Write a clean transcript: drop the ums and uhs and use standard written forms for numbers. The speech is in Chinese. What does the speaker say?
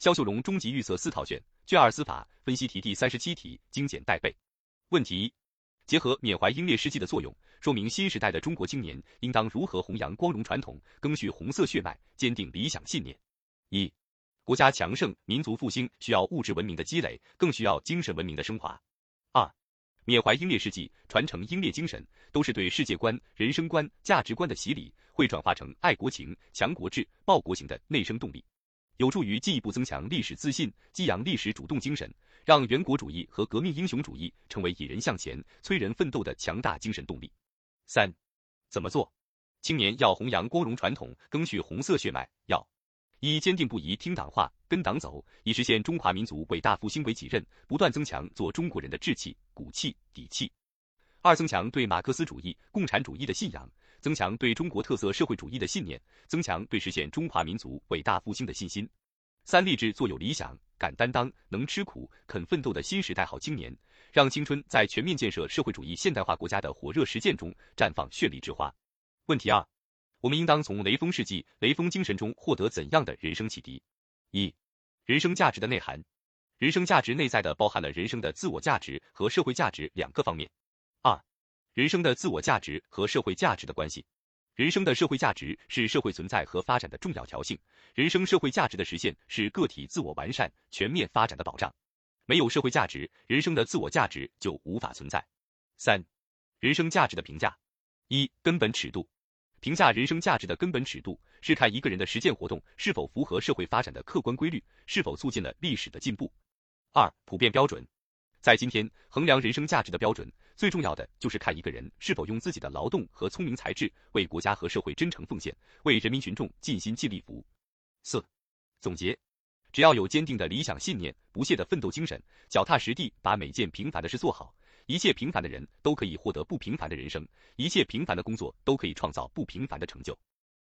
肖秀荣终极预测4套卷，卷2司法分析题第37题，精简带背。问题一：结合缅怀英烈事迹的作用，说明新时代的中国青年应当如何弘扬光荣传统，赓续红色血脉，坚定理想信念。一、国家强盛、民族复兴需要物质文明的积累，更需要精神文明的升华。二、缅怀英烈事迹，传承英烈精神，都是对世界观、人生观、价值观的洗礼，会转化成爱国情、强国志、报国情的内生动力，有助于进一步增强历史自信，激扬历史主动精神，让原国主义和革命英雄主义成为引人向前、催人奋斗的强大精神动力。三、怎么做？青年要弘扬光荣传统，赓续红色血脉，要一、坚定不移听党话、跟党走，以实现中华民族伟大复兴为己任，不断增强做中国人的志气、骨气、底气。二、增强对马克思主义、共产主义的信仰，增强对中国特色社会主义的信念，增强对实现中华民族伟大复兴的信心。三、立志做有理想、敢担当、能吃苦、肯奋斗的新时代好青年，让青春在全面建设社会主义现代化国家的火热实践中绽放绚丽之花。问题二：我们应当从雷锋事迹、雷锋精神中获得怎样的人生启迪？一、人生价值的内涵。人生价值内在的包含了人生的自我价值和社会价值两个方面。二、人生的自我价值和社会价值的关系。人生的社会价值是社会存在和发展的重要调性，人生社会价值的实现是个体自我完善、全面发展的保障。没有社会价值，人生的自我价值就无法存在。三、人生价值的评价。一、根本尺度。评价人生价值的根本尺度是看一个人的实践活动是否符合社会发展的客观规律，是否促进了历史的进步。二、普遍标准。在今天，衡量人生价值的标准，最重要的就是看一个人是否用自己的劳动和聪明才智为国家和社会真诚奉献，为人民群众尽心尽力服务。四、总结。只要有坚定的理想信念、不懈的奋斗精神，脚踏实地把每件平凡的事做好，一切平凡的人都可以获得不平凡的人生，一切平凡的工作都可以创造不平凡的成就。